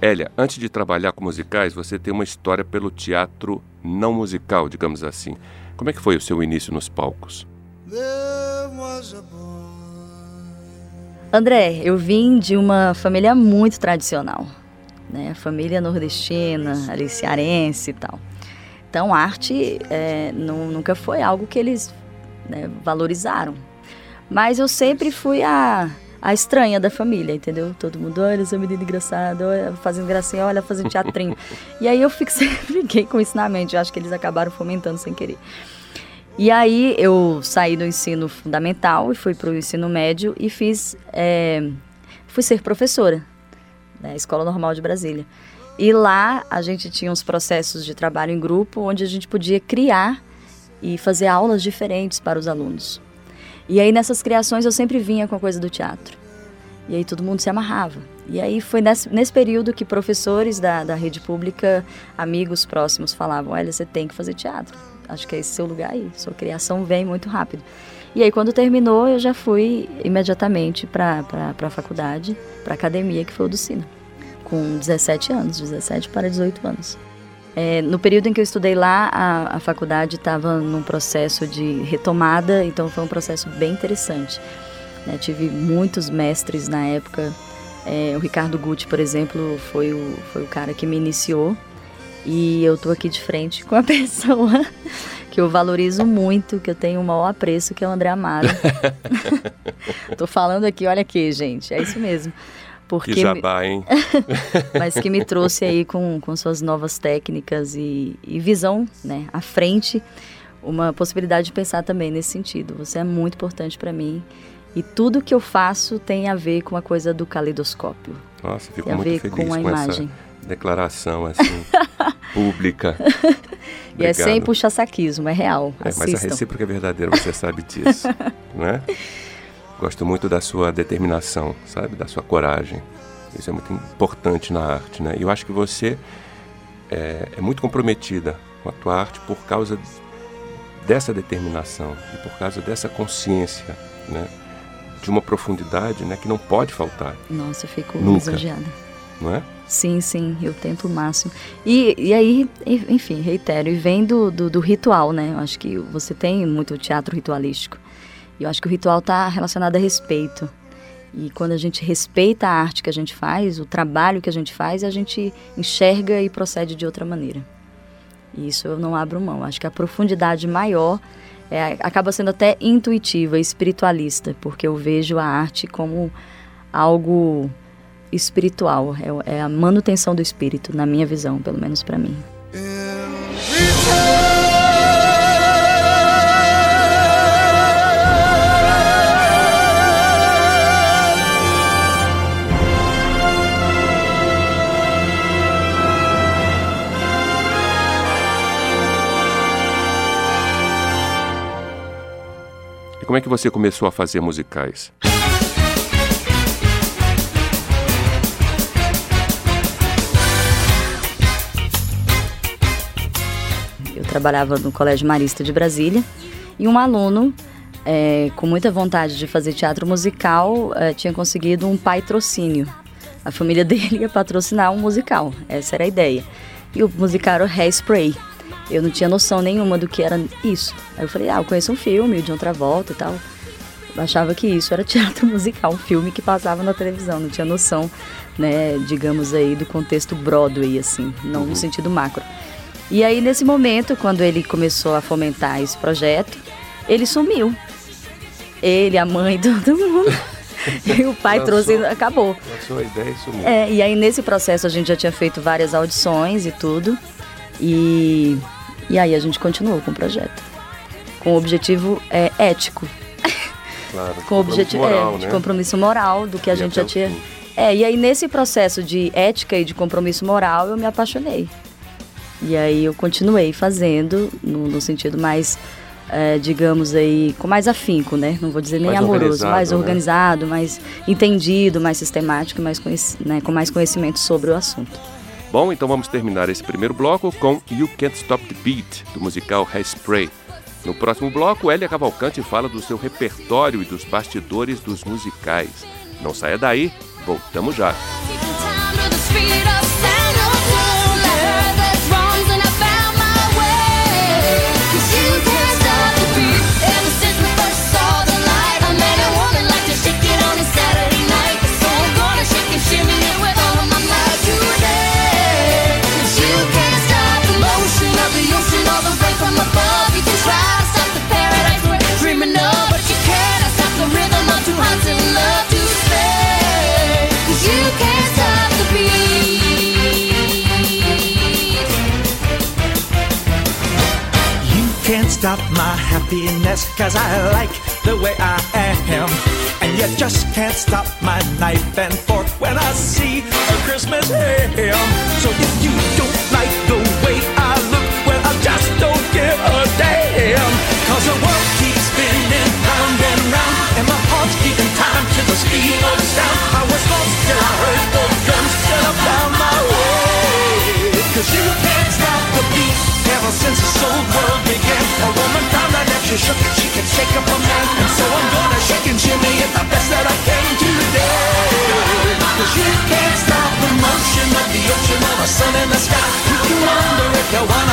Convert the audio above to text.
Hélia, antes de trabalhar com musicais, você tem uma história pelo teatro não musical, digamos assim. Como é que foi o seu início nos palcos? André, eu vim de uma família muito tradicional, né? Família nordestina, ali, cearense e tal. Então, arte nunca foi algo que eles, né, valorizaram. Mas eu sempre fui a estranha da família, entendeu? Todo mundo, olha, essa menina engraçada, olha, fazendo gracinha, olha, fazendo teatrinho. E aí eu fiquei com isso na mente, eu acho que eles acabaram fomentando sem querer. E aí eu saí do ensino fundamental e fui para o ensino médio e fui ser professora na Escola Normal de Brasília. E lá a gente tinha uns processos de trabalho em grupo onde a gente podia criar e fazer aulas diferentes para os alunos. E aí nessas criações eu sempre vinha com a coisa do teatro. E aí todo mundo se amarrava. E aí foi nesse período que professores da rede pública, amigos próximos, falavam, olha, você tem que fazer teatro. Acho que é esse seu lugar aí, sua criação vem muito rápido. E aí quando terminou eu já fui imediatamente para a faculdade, para a academia, que foi o do Sina, com 17 para 18 anos. No período em que eu estudei lá, a faculdade estava num processo de retomada, então foi um processo bem interessante. Tive muitos mestres na época, o Ricardo Gucci, por exemplo, foi o cara que me iniciou, e eu estou aqui de frente com a pessoa que eu valorizo muito, que eu tenho o maior apreço, que é o André Amaro. Estou falando aqui, olha aqui, gente, é isso mesmo. Porque que jabá, hein? Mas que me trouxe aí com suas novas técnicas e visão, né, à frente, uma possibilidade de pensar também nesse sentido. Você é muito importante para mim e tudo que eu faço tem a ver com a coisa do caleidoscópio. Nossa, fico tem muito feliz com a imagem. Essa declaração assim, pública. E é sem puxa-saquismo, é real. Mas a recíproca é verdadeira, você sabe disso, não é? Gosto muito da sua determinação, sabe? Da sua coragem. Isso é muito importante na arte, né? E eu acho que você é muito comprometida com a tua arte por causa dessa determinação e por causa dessa consciência, né? De uma profundidade, né? Que não pode faltar. Nossa, eu fico nunca, lisonjeada. Não é? Sim, eu tento o máximo. E aí, enfim, reitero, e vem do ritual, né? Eu acho que você tem muito teatro ritualístico. E eu acho que o ritual está relacionado a respeito. E quando a gente respeita a arte que a gente faz, o trabalho que a gente enxerga e procede de outra maneira. E isso eu não abro mão. Acho que a profundidade maior acaba sendo até intuitiva, espiritualista, porque eu vejo a arte como algo espiritual. É a manutenção do espírito, na minha visão, pelo menos para mim. E como é que você começou a fazer musicais? Eu trabalhava no Colégio Marista de Brasília e um aluno, com muita vontade de fazer teatro musical, tinha conseguido um patrocínio. A família dele ia patrocinar um musical, essa era a ideia. E o musical era o Hairspray. Eu não tinha noção nenhuma do que era isso. Aí eu falei, eu conheço um filme, o John Travolta e tal. Eu achava que isso era teatro musical, um filme que passava na televisão. Não tinha noção, né, digamos aí, do contexto Broadway, assim, não no sentido macro. E aí, nesse momento, quando ele começou a fomentar esse projeto, ele sumiu. Ele, a mãe, todo mundo. E o pai trouxe e acabou. Lançou a ideia e sumiu. E aí, nesse processo, a gente já tinha feito várias audições e tudo. E aí a gente continuou com o projeto. Com o objetivo ético. Claro, com o objetivo moral, de né? compromisso moral, do que a gente já tinha. E aí nesse processo de ética e de compromisso moral, eu me apaixonei. E aí eu continuei fazendo, no sentido mais, digamos aí, com mais afinco, né? Não vou dizer nem mais amoroso, mais né? organizado, mais entendido, mais sistemático, com mais conhecimento sobre o assunto. Bom, então vamos terminar esse primeiro bloco com You Can't Stop the Beat, do musical Hairspray. No próximo bloco, Hélia Cavalcante fala do seu repertório e dos bastidores dos musicais. Não saia daí, voltamos já. Time to the speed of can't stop my happiness, 'cause I like the way I am. And you just can't stop my knife and fork when I see a Christmas ham. So if you don't like the way I look, well, I just don't give a damn. 'Cause the world keeps spinning round and round, and my heart's keeping time to the speed of sound. I was lost till I heard the drums, till I found my way. 'Cause you can't stop the beat. Ever since this old world began, a woman found out that she shook, she can shake up a man. And so I'm gonna shake and shimmy it the best that I can today. 'Cause you can't stop the motion of the ocean or the sun in the sky. You can wonder if you wanna